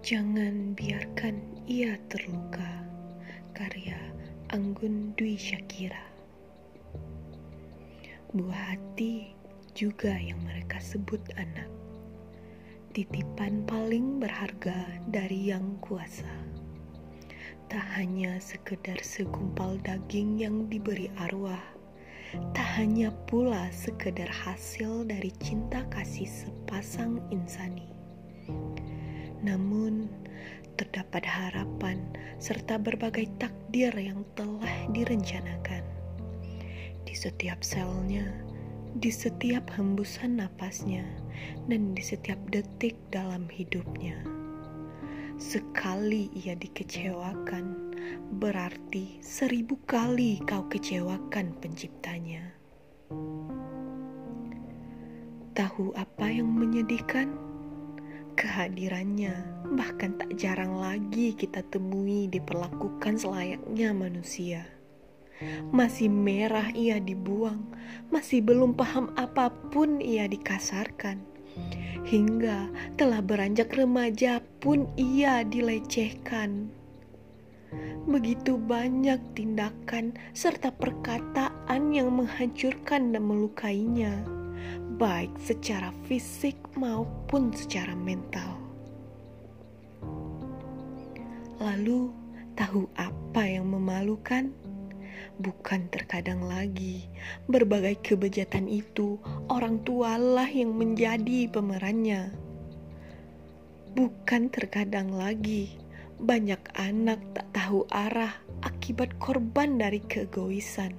Jangan biarkan ia terluka. Karya Anggun Dwi Syakira. Buah hati juga yang mereka sebut anak. Titipan paling berharga dari yang kuasa. Tak hanya sekedar segumpal daging yang diberi arwah. Tak hanya pula sekedar hasil dari cinta kasih sepasang insani. Namun, terdapat harapan serta berbagai takdir yang telah direncanakan. Di setiap selnya, di setiap hembusan napasnya, dan di setiap detik dalam hidupnya. Sekali ia dikecewakan, berarti 1000 kali kau kecewakan penciptanya. Tahu apa yang menyedihkan? Kehadirannya bahkan tak jarang lagi kita temui diperlakukan selayaknya manusia. Masih merah ia dibuang, masih belum paham apapun ia dikasarkan. Hingga telah beranjak remaja pun ia dilecehkan. Begitu banyak tindakan serta perkataan yang menghancurkan dan melukainya, baik secara fisik maupun secara mental. Lalu, tahu apa yang memalukan? Bukan terkadang lagi berbagai kebejatan itu orang tualah yang menjadi pemerannya. Bukan terkadang lagi banyak anak tak tahu arah akibat korban dari keegoisan.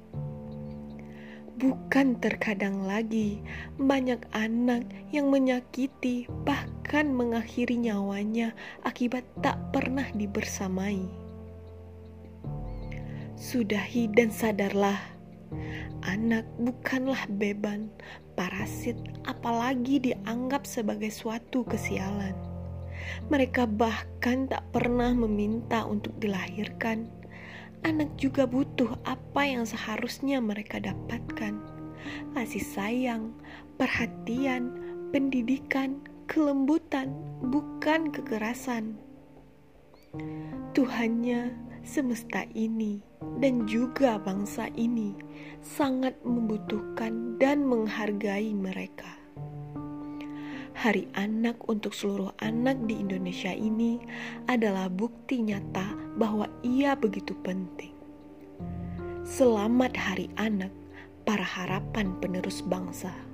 Bukan terkadang lagi banyak anak yang menyakiti bahkan mengakhiri nyawanya akibat tak pernah dibersamai. Sudahi dan sadarlah, anak bukanlah beban, parasit, apalagi dianggap sebagai suatu kesialan. Mereka bahkan tak pernah meminta untuk dilahirkan. Anak juga butuh apa yang seharusnya mereka dapatkan. Kasih sayang, perhatian, pendidikan, kelembutan, bukan kekerasan. Tuhannya, semesta ini, dan juga bangsa ini sangat membutuhkan dan menghargai mereka. Hari Anak untuk seluruh anak di Indonesia ini adalah bukti nyata bahwa ia begitu penting. Selamat Hari Anak, para harapan penerus bangsa.